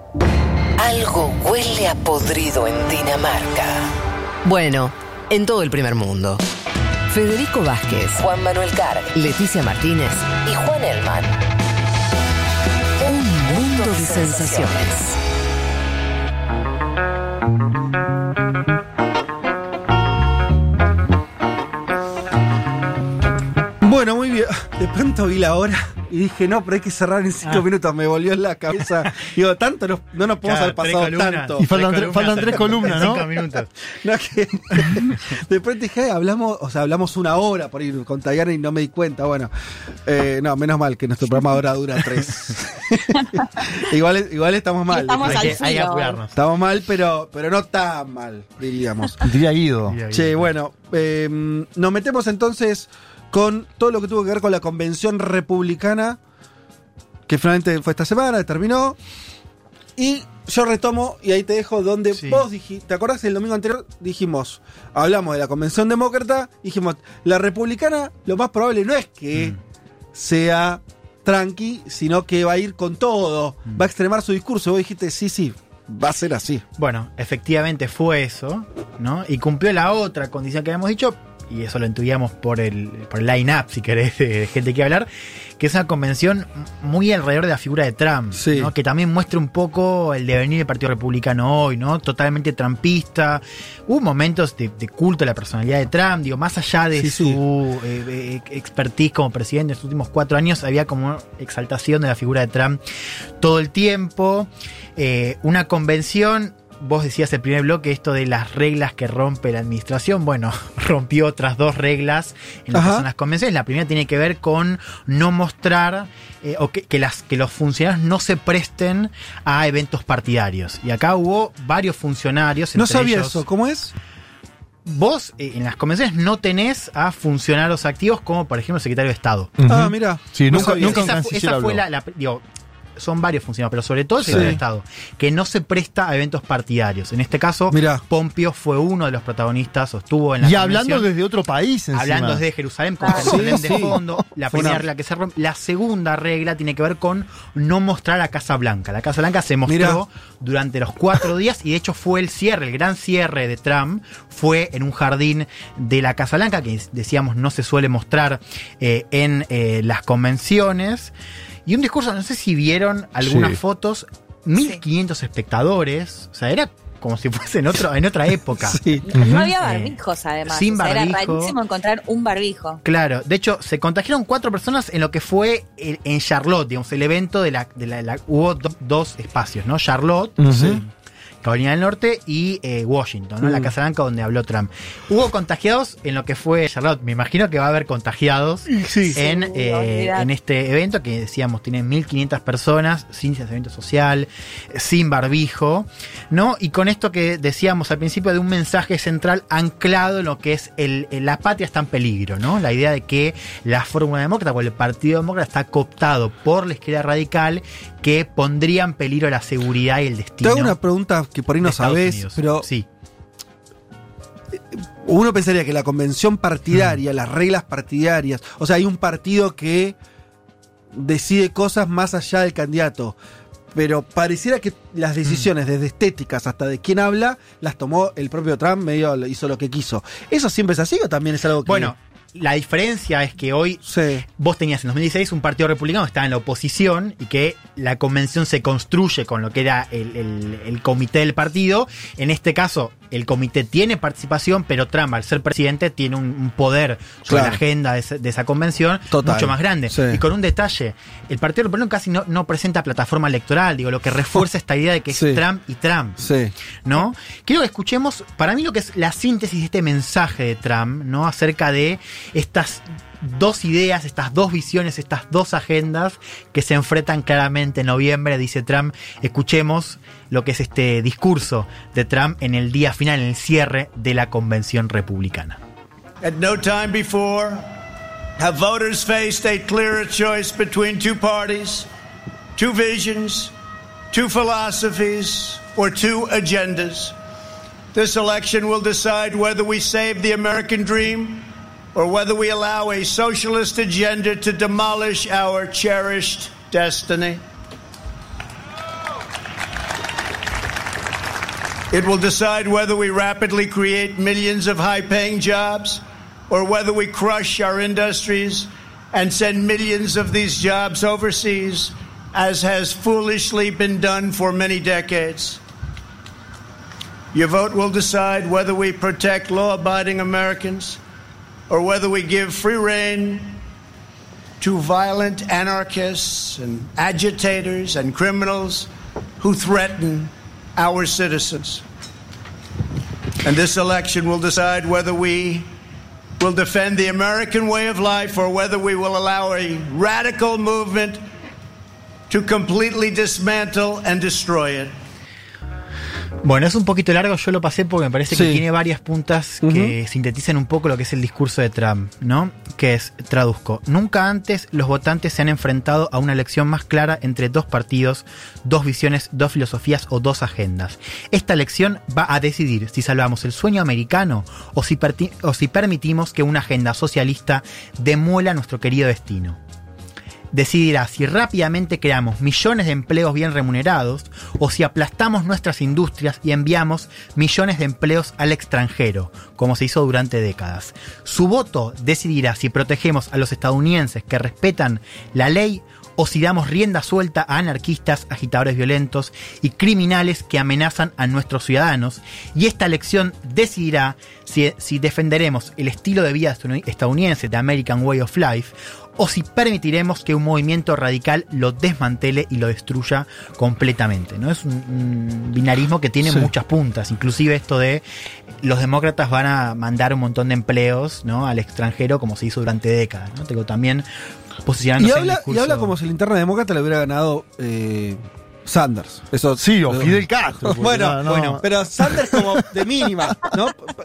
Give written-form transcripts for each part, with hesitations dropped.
Algo huele a podrido en Dinamarca. Bueno, en todo el primer mundo. Federico Vázquez, Juan Manuel Carg, Leticia Martínez y Juan Elman. Un mundo de sensaciones. Bueno, muy bien. De pronto vi la hora y dije, no, pero hay que cerrar en 5 minutos. Me volvió en la cabeza. Digo, tanto no nos podemos haber pasado tanto. Y faltan 3 columnas, ¿no? 5 minutos. No, que de pronto dije, hablamos 1 hora por ir con Tayana y no me di cuenta. Bueno, no, menos mal que nuestro programa ahora dura 3. igual estamos mal. Hay que apurarnos. Estamos mal, pero no tan mal, diríamos. Diría Guido. Che, bueno, nos metemos entonces con todo lo que tuvo que ver con la convención republicana, que finalmente fue esta semana, terminó. Y yo retomo, y ahí te dejo donde vos dijiste, ¿te acordás? El domingo anterior dijimos, hablamos de la convención demócrata, dijimos, la republicana lo más probable no es que sea tranqui, sino que va a ir con todo, va a extremar su discurso. Vos dijiste, sí, va a ser así. Bueno, efectivamente fue eso, ¿no? Y cumplió la otra condición que habíamos dicho, y eso lo intuíamos por el line-up, si querés, de gente que hablar, que es una convención muy alrededor de la figura de Trump, ¿no? Que también muestra un poco el devenir del Partido Republicano hoy, ¿no? Totalmente trumpista. Hubo momentos de culto a la personalidad de Trump, digo, más allá de su expertise como presidente en los últimos 4 años, había como exaltación de la figura de Trump todo el tiempo. Una convención. Vos decías el primer bloque, esto de las reglas que rompe la administración. Bueno, rompió otras 2 reglas en lo que son las convenciones. La primera tiene que ver con no mostrar que los funcionarios no se presten a eventos partidarios. Y acá hubo varios funcionarios. No sabía eso, ¿cómo es? Vos en las convenciones no tenés a funcionarios activos como por ejemplo el secretario de Estado. Ah, mira. Sí, nunca esa fue digo, son varios funcionarios, pero sobre todo el secretario de Estado, que no se presta a eventos partidarios. En este caso, Pompeo fue uno de los protagonistas, estuvo en la convención. Hablando desde otro país encima. Hablando desde Jerusalén, con Jerusalén de fondo. La primera regla que se rompe. La segunda regla tiene que ver con no mostrar la Casa Blanca. La Casa Blanca se mostró durante los 4 días y de hecho fue el gran cierre de Trump fue en un jardín de la Casa Blanca, que decíamos no se suele mostrar en las convenciones. Y un discurso, no sé si vieron algunas fotos, 1.500 espectadores, o sea, era como si fuese en otra época. No había barbijos, además. Sin barbijo. Era rarísimo encontrar un barbijo. Claro, de hecho, se contagiaron 4 personas en lo que fue en Charlotte, digamos, el evento hubo 2 espacios, ¿no? Charlotte, Carolina del Norte y Washington, ¿no? La Casa Blanca donde habló Trump. Hubo contagiados en lo que fue Charlotte. Me imagino que va a haber contagiados en este evento que decíamos tiene 1.500 personas, sin distanciamiento social, sin barbijo, ¿no? Y con esto que decíamos al principio de un mensaje central anclado en lo que es la patria está en peligro, ¿no? La idea de que la fórmula demócrata o el Partido Demócrata está cooptado por la izquierda radical que pondría en peligro la seguridad y el destino. Te hago una pregunta que por ahí no sabés, pero uno pensaría que la convención partidaria, las reglas partidarias, o sea, hay un partido que decide cosas más allá del candidato, pero pareciera que las decisiones desde estéticas hasta de quién habla las tomó el propio Trump, medio hizo lo que quiso. ¿Eso siempre es así o también es algo que...? Bueno, la diferencia es que hoy vos tenías en 2016 un partido republicano que estaba en la oposición y que la convención se construye con lo que era el comité del partido. En este caso, el comité tiene participación, pero Trump, al ser presidente, tiene un poder sobre la agenda de esa convención mucho más grande. Y con un detalle, el Partido Republicano casi no presenta plataforma electoral, digo, lo que refuerza esta idea de que es Trump y Trump, ¿no? Quiero que escuchemos, para mí, lo que es la síntesis de este mensaje de Trump, ¿no? Acerca de estas 2 ideas, estas 2 visiones, estas 2 agendas que se enfrentan claramente en noviembre, dice Trump. Escuchemos lo que es este discurso de Trump en el día final, en el cierre de la convención republicana. At no time before have voters faced a clearer choice between 2 parties, 2 visions, 2 philosophies, or 2 agendas. This election will decide whether we save the American dream or whether we allow a socialist agenda to demolish our cherished destiny. It will decide whether we rapidly create millions of high-paying jobs or whether we crush our industries and send millions of these jobs overseas, as has foolishly been done for many decades. Your vote will decide whether we protect law-abiding Americans or whether we give free rein to violent anarchists and agitators and criminals who threaten our citizens. And this election will decide whether we will defend the American way of life or whether we will allow a radical movement to completely dismantle and destroy it. Bueno, es un poquito largo, yo lo pasé porque me parece que tiene varias puntas que sintetizan un poco lo que es el discurso de Trump, ¿no? Que es, traduzco, nunca antes los votantes se han enfrentado a una elección más clara entre dos partidos, dos visiones, dos filosofías o dos agendas. Esta elección va a decidir si salvamos el sueño americano o si permitimos que una agenda socialista demuela nuestro querido destino. Decidirá si rápidamente creamos millones de empleos bien remunerados o si aplastamos nuestras industrias y enviamos millones de empleos al extranjero, como se hizo durante décadas. Su voto decidirá si protegemos a los estadounidenses que respetan la ley o si damos rienda suelta a anarquistas, agitadores violentos y criminales que amenazan a nuestros ciudadanos. Y esta elección decidirá si defenderemos el estilo de vida estadounidense, de American Way of Life, o si permitiremos que un movimiento radical lo desmantele y lo destruya completamente, ¿no? Es un binarismo que tiene muchas puntas, inclusive esto de los demócratas van a mandar un montón de empleos, ¿no?, al extranjero, como se hizo durante décadas, ¿no? Tengo también posicionándose en el discurso. Y habla como si la interna demócrata le hubiera ganado Sanders. Eso, sí, o Fidel Castro. Bueno, pero Sanders como de mínima, ¿no?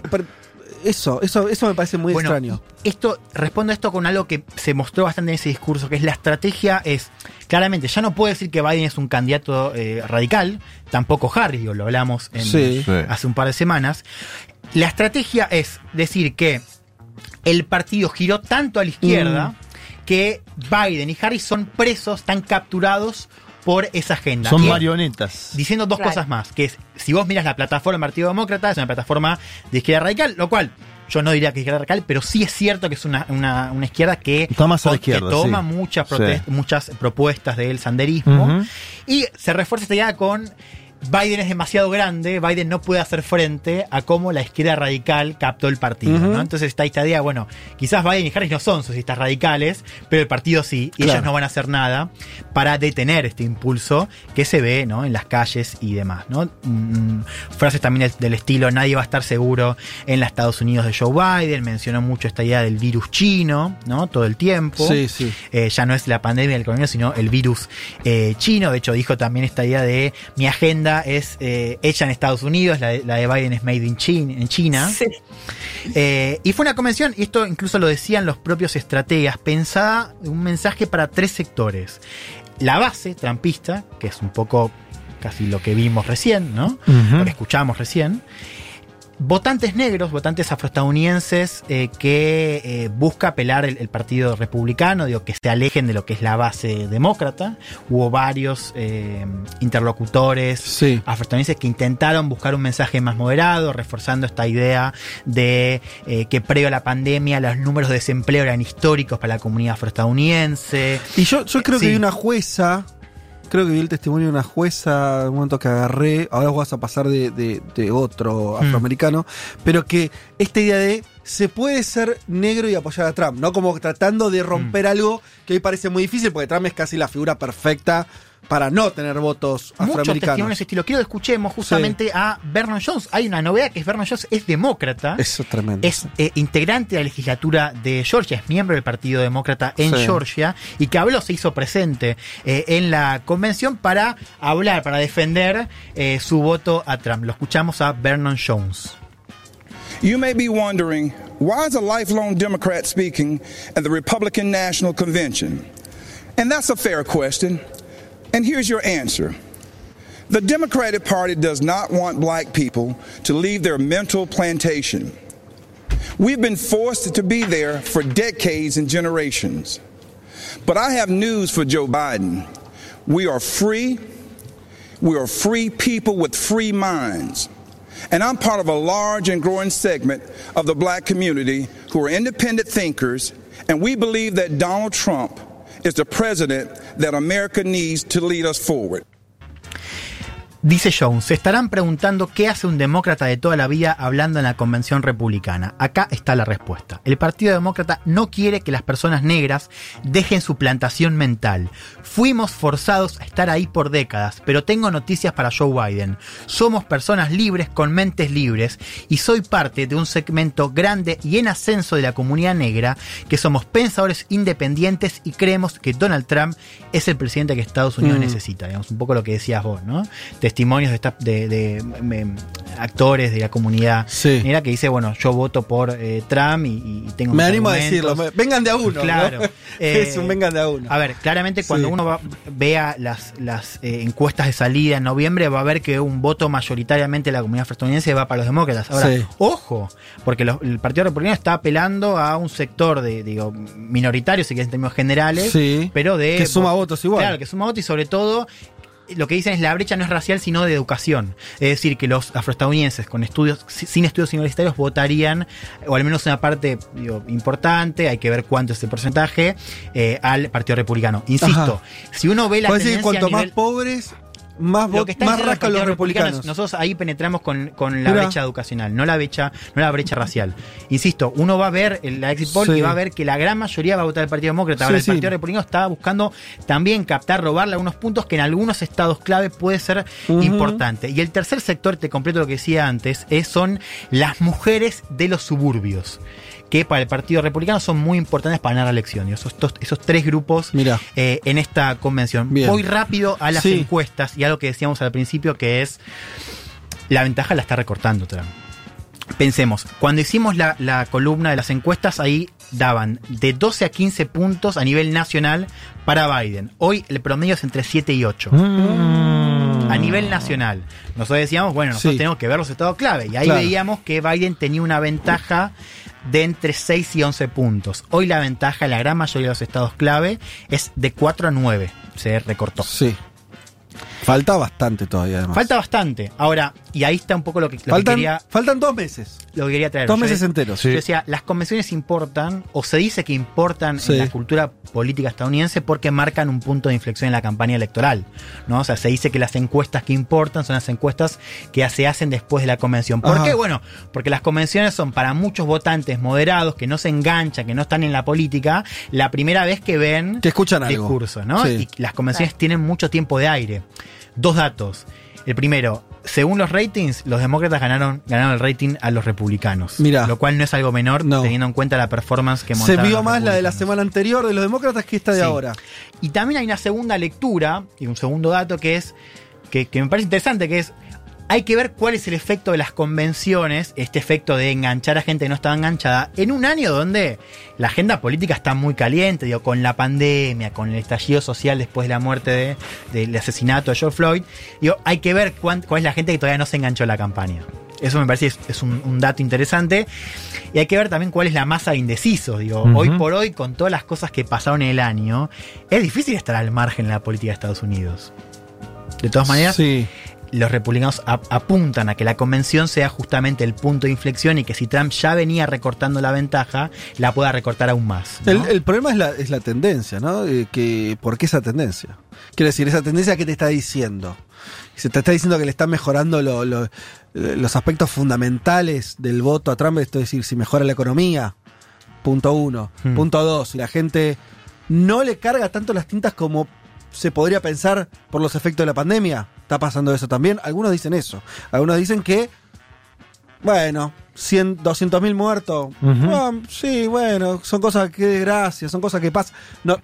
Eso me parece muy extraño. Esto responde a esto con algo que se mostró bastante en ese discurso, que es la estrategia es, claramente, ya no puede decir que Biden es un candidato radical, tampoco Harris, lo hablamos hace un par de semanas. La estrategia es decir que el partido giró tanto a la izquierda que Biden y Harris son presos, están capturados por esa agenda. Son marionetas. Diciendo dos cosas más, que es, si vos miras la plataforma del Partido Demócrata, es una plataforma de izquierda radical, lo cual yo no diría que es izquierda radical, pero sí es cierto que es una izquierda que, está más a la izquierda, que toma muchas propuestas del sanderismo, y se refuerza esta idea con Biden es demasiado grande, Biden no puede hacer frente a cómo la izquierda radical captó el partido, ¿no? Entonces está esta idea, bueno, quizás Biden y Harris no son socialistas radicales, pero el partido sí, y ellos no van a hacer nada para detener este impulso que se ve, ¿no?, en las calles y demás, ¿no? Frases también del estilo, nadie va a estar seguro en los Estados Unidos de Joe Biden, mencionó mucho esta idea del virus chino, ¿no?, todo el tiempo. Ya no es la pandemia del coronavirus, sino el virus chino. De hecho, dijo también esta idea de mi agenda es hecha en Estados Unidos, la de Biden es made in China. Y fue una convención, y esto incluso lo decían los propios estrategas, pensada un mensaje para tres sectores. La base trumpista, que es un poco casi lo que vimos recién, ¿no? Lo que escuchamos recién. Votantes negros, votantes afroestadounidenses que busca apelar el partido republicano, digo, que se alejen de lo que es la base demócrata. Hubo varios interlocutores afroestadounidenses que intentaron buscar un mensaje más moderado, reforzando esta idea de que previo a la pandemia los números de desempleo eran históricos para la comunidad afroestadounidense. Y yo creo que hay una jueza. Creo que vi el testimonio de una jueza en un momento que agarré, ahora vas a pasar de otro afroamericano, pero que esta idea de se puede ser negro y apoyar a Trump, ¿no? Como tratando de romper algo que hoy parece muy difícil, porque Trump es casi la figura perfecta para no tener votos afroamericanos. Muchos testimonios de ese estilo. Quiero que escuchemos justamente a Vernon Jones. Hay una novedad, que es Vernon Jones es demócrata. Eso es tremendo. Es integrante de la legislatura de Georgia, es miembro del Partido Demócrata en Georgia, y que se hizo presente en la convención para hablar, para defender su voto a Trump. Lo escuchamos a Vernon Jones. You may be wondering, why is a lifelong Democrat speaking at the Republican National Convention? And that's a fair question. And here's your answer. The Democratic Party does not want black people to leave their mental plantation. We've been forced to be there for decades and generations. But I have news for Joe Biden. We are free. We are free people with free minds. And I'm part of a large and growing segment of the black community who are independent thinkers, and we believe that Donald Trump is the president that America needs to lead us forward. Dice Jones, se estarán preguntando qué hace un demócrata de toda la vida hablando en la convención republicana. Acá está la respuesta. El Partido Demócrata no quiere que las personas negras dejen su plantación mental. Fuimos forzados a estar ahí por décadas, pero tengo noticias para Joe Biden. Somos personas libres con mentes libres y soy parte de un segmento grande y en ascenso de la comunidad negra que somos pensadores independientes y creemos que Donald Trump es el presidente que Estados Unidos necesita. Digamos, un poco lo que decías vos, ¿no? Testimonios de actores de la comunidad negra que dice, bueno, yo voto por Trump y tengo me animo argumentos. a decirlo, vengan de a uno. Claro. ¿No? Es un vengan de a uno. A ver, claramente cuando uno vea las encuestas de salida en noviembre va a ver que un voto mayoritariamente de la comunidad estadounidense va para los demócratas. Ahora, ojo, porque el Partido Republicano está apelando a un sector minoritario, si quieres en términos generales, pero que suma votos igual. Claro, que suma votos y sobre todo lo que dicen es la brecha no es racial sino de educación, es decir que los afroestadounidenses con estudios sin estudios universitarios votarían, o al menos una parte importante, hay que ver cuánto es el porcentaje, al Partido Republicano. Insisto, si uno ve la tendencia decir, cuanto a nivel, más pobres, más rascan los republicanos. Nosotros ahí penetramos con la brecha educacional, no la brecha racial. Insisto, uno va a ver la exit poll y va a ver que la gran mayoría va a votar el Partido Demócrata. Ahora el Partido Republicano está buscando también robarle algunos puntos que en algunos estados clave puede ser importante. Y el tercer sector, te completo lo que decía antes, son las mujeres de los suburbios, que para el Partido Republicano son muy importantes para ganar la elección. Esos tres grupos en esta convención. Bien. Voy rápido a las encuestas y a lo que decíamos al principio, que es la ventaja la está recortando Trump. Pensemos, cuando hicimos la columna de las encuestas, ahí daban de 12 a 15 puntos a nivel nacional para Biden. Hoy el promedio es entre 7 y 8. A nivel nacional. Nosotros decíamos, bueno, nosotros tenemos que ver los estados clave. Y ahí veíamos que Biden tenía una ventaja de entre 6 y 11 puntos. Hoy la ventaja en la gran mayoría de los estados clave es de 4 a 9. Se recortó. Sí. Falta bastante todavía, además. Falta bastante. Ahora, y ahí está un poco lo que quería... Faltan 2 meses. Lo que quería traer. 2 meses enteros. Yo decía, las convenciones importan, o se dice que importan en la cultura política estadounidense porque marcan un punto de inflexión en la campaña electoral, ¿no? O sea, se dice que las encuestas que importan son las encuestas que se hacen después de la convención. ¿Por qué? Bueno, porque las convenciones son para muchos votantes moderados que no se enganchan, que no están en la política, la primera vez que ven que escuchan algo. Discursos, ¿no? Y las convenciones tienen mucho tiempo de aire. 2 datos. El primero, según los ratings, los demócratas ganaron el rating a los republicanos. Mirá. Lo cual no es algo menor, teniendo en cuenta la performance que montaron. Se vio más la de la semana anterior de los demócratas que esta de ahora. Y también hay una segunda lectura, y un segundo dato que me parece interesante, que es, hay que ver cuál es el efecto de las convenciones, este efecto de enganchar a gente que no estaba enganchada, en un año donde la agenda política está muy caliente, con la pandemia, con el estallido social después de la muerte del asesinato de George Floyd. Hay que ver cuál es la gente que todavía no se enganchó a la campaña. Eso me parece es un dato interesante. Y hay que ver también cuál es la masa de indecisos. Hoy por hoy, con todas las cosas que pasaron en el año, es difícil estar al margen en la política de Estados Unidos. De todas maneras, los republicanos apuntan a que la convención sea justamente el punto de inflexión y que si Trump ya venía recortando la ventaja, la pueda recortar aún más, ¿no? El problema es la tendencia, ¿no? ¿Por qué esa tendencia? Quiero decir, esa tendencia, ¿qué te está diciendo? Se te está diciendo que le están mejorando los aspectos fundamentales del voto a Trump, esto es decir, si mejora la economía, punto 1. Punto 2, si la gente no le carga tanto las tintas como se podría pensar por los efectos de la pandemia. ¿Está pasando eso también? Algunos dicen eso. Algunos dicen que, bueno, 200.000 muertos. Sí, bueno, son cosas que desgracia, son cosas que pasan.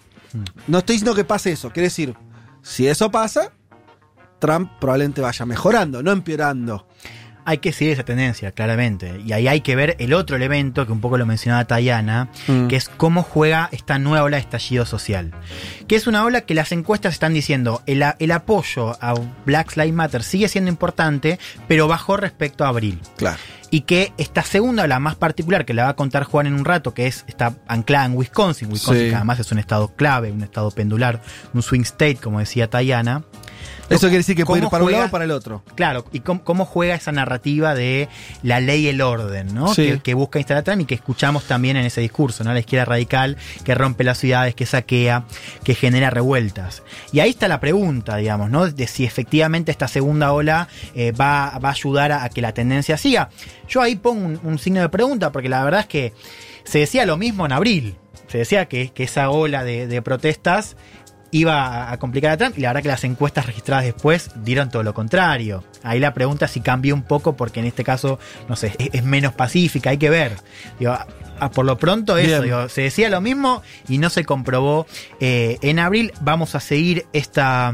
No estoy diciendo que pase eso. Quiere decir, si eso pasa, Trump probablemente vaya mejorando, no empeorando. Hay que seguir esa tendencia, claramente. Y ahí hay que ver el otro elemento, que un poco lo mencionaba Tayana, que es cómo juega esta nueva ola de estallido social. Que es una ola que las encuestas están diciendo, el apoyo a Black Lives Matter sigue siendo importante, pero bajó respecto a abril. Claro. Y que esta segunda ola más particular, que la va a contar Juan en un rato, que está anclada en Wisconsin, que además es un estado clave, un estado pendular, un swing state, como decía Tayana, Eso quiere decir que puede ir ¿Cómo para un juega? lado o para el otro. Claro, y cómo juega esa narrativa de la ley y el orden, ¿no? Sí. Que busca instalar Trump y que escuchamos también en ese discurso, ¿no? La izquierda radical que rompe las ciudades, que saquea, que genera revueltas. Y ahí está la pregunta, digamos, ¿no? De si efectivamente esta segunda ola va a ayudar a que la tendencia siga. Yo ahí pongo un signo de pregunta, porque la verdad es que se decía lo mismo en abril. Se decía que esa ola de protestas iba a complicar a Trump, y la verdad que las encuestas registradas después dieron todo lo contrario. Ahí la pregunta es si cambió un poco, porque en este caso, no sé, es menos pacífica, hay que ver. Digo, por lo pronto eso, digo, se decía lo mismo y no se comprobó en abril. Vamos a seguir esta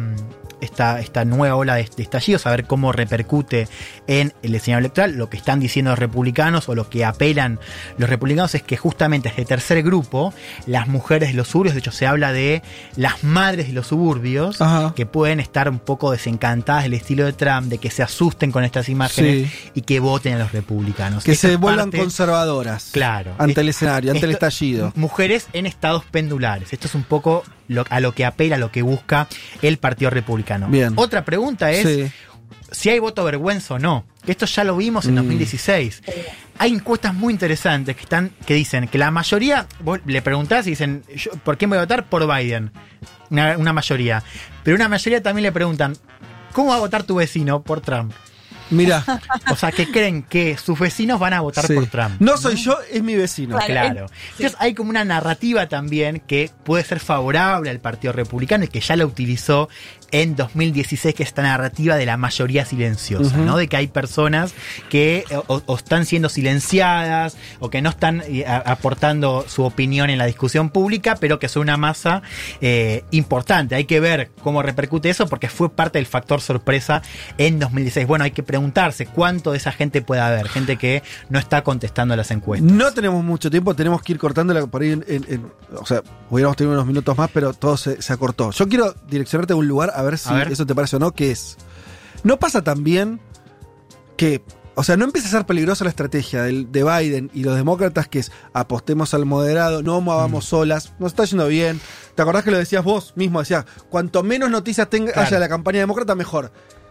nueva ola de estallidos, a ver cómo repercute en el escenario electoral. Lo que están diciendo los republicanos, o lo que apelan los republicanos, es que justamente este tercer grupo, las mujeres de los suburbios, de hecho se habla de las madres de los suburbios, que pueden estar un poco desencantadas del estilo de Trump, de que se asusten con estas imágenes y que voten a los republicanos. Que Esa se es vuelvan parte, conservadoras. Claro. Ante el escenario, ante el estallido. Mujeres en estados pendulares. Esto es un poco a lo que apela, a lo que busca el Partido Republicano. Bien. Otra pregunta es si hay voto vergüenza o no. Esto ya lo vimos en 2016. Hay encuestas muy interesantes que dicen que la mayoría, vos le preguntás y dicen, ¿por qué me voy a votar? Por Biden. Una mayoría. Pero una mayoría también le preguntan, ¿cómo va a votar tu vecino? Por Trump. Mira. O sea, que creen que sus vecinos van a votar por Trump. No soy yo, es mi vecino. Claro. Entonces hay como una narrativa también que puede ser favorable al Partido Republicano y que ya la utilizó en 2016, que es esta narrativa de la mayoría silenciosa, ¿no? De que hay personas que o están siendo silenciadas o que no están aportando su opinión en la discusión pública, pero que son una masa importante. Hay que ver cómo repercute eso, porque fue parte del factor sorpresa en 2016. Bueno, hay que preguntarse cuánto de esa gente puede haber, gente que no está contestando las encuestas. No tenemos mucho tiempo, tenemos que ir cortándola por ahí. O sea, hubiéramos tenido unos minutos más, pero todo se acortó. Yo quiero direccionarte a un lugar, a ver si eso te parece o no, que es... ¿No pasa también que... O sea, no empieza a ser peligrosa la estrategia de Biden y los demócratas, que es apostemos al moderado, no movamos solas, nos está yendo bien? ¿Te acordás que lo decías vos mismo? Decías, cuanto menos noticias haya la campaña demócrata, mejor.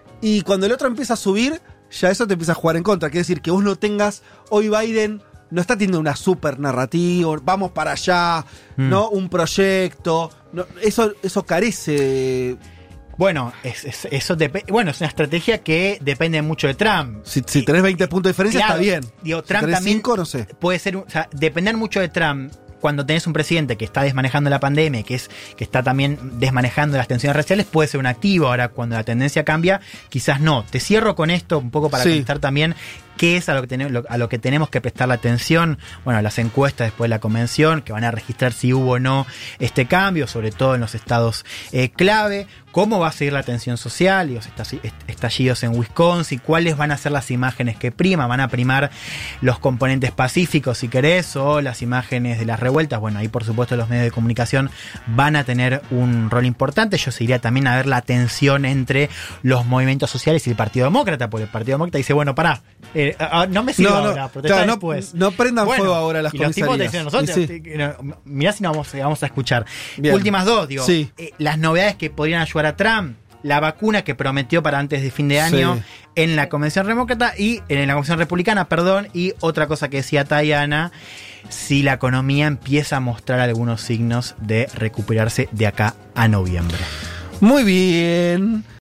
Y cuando el otro empieza a subir, ya eso te empieza a jugar en contra. Quiere decir que vos no tengas... Hoy Biden no está teniendo una super narrativa, vamos para allá, ¿no? Un proyecto. No, eso carece... Bueno, es una estrategia que depende mucho de Trump. Si tenés 20 puntos de diferencia, claro, está bien. Digo, si Trump tenés también 5, no sé. Puede ser, o sea, depender mucho de Trump cuando tenés un presidente que está desmanejando la pandemia, que está también desmanejando las tensiones raciales, puede ser un activo. Ahora, cuando la tendencia cambia, quizás no. Te cierro con esto un poco para contestar también qué es a lo que tenemos que prestar la atención. Bueno, las encuestas después de la convención, que van a registrar si hubo o no este cambio, sobre todo en los estados clave. ¿Cómo va a seguir la tensión social y los estallidos en Wisconsin? ¿Cuáles van a ser las imágenes que priman? ¿Van a primar los componentes pacíficos, si querés, o las imágenes de las revueltas? Bueno, ahí por supuesto los medios de comunicación van a tener un rol importante. Yo seguiría también a ver la tensión entre los movimientos sociales y el Partido Demócrata, porque el Partido Demócrata dice, bueno, pará, no me sigo ahora, protestar después. No prendan fuego ahora las comisarías. Los tipos te dicen nosotros, mirá si no vamos a escuchar. Bien. Últimas dos, digo, las novedades que podrían ayudar a Trump, la vacuna que prometió para antes de fin de año en la convención demócrata y en la convención republicana, y otra cosa que decía Tayana, si la economía empieza a mostrar algunos signos de recuperarse de acá a noviembre. Muy bien.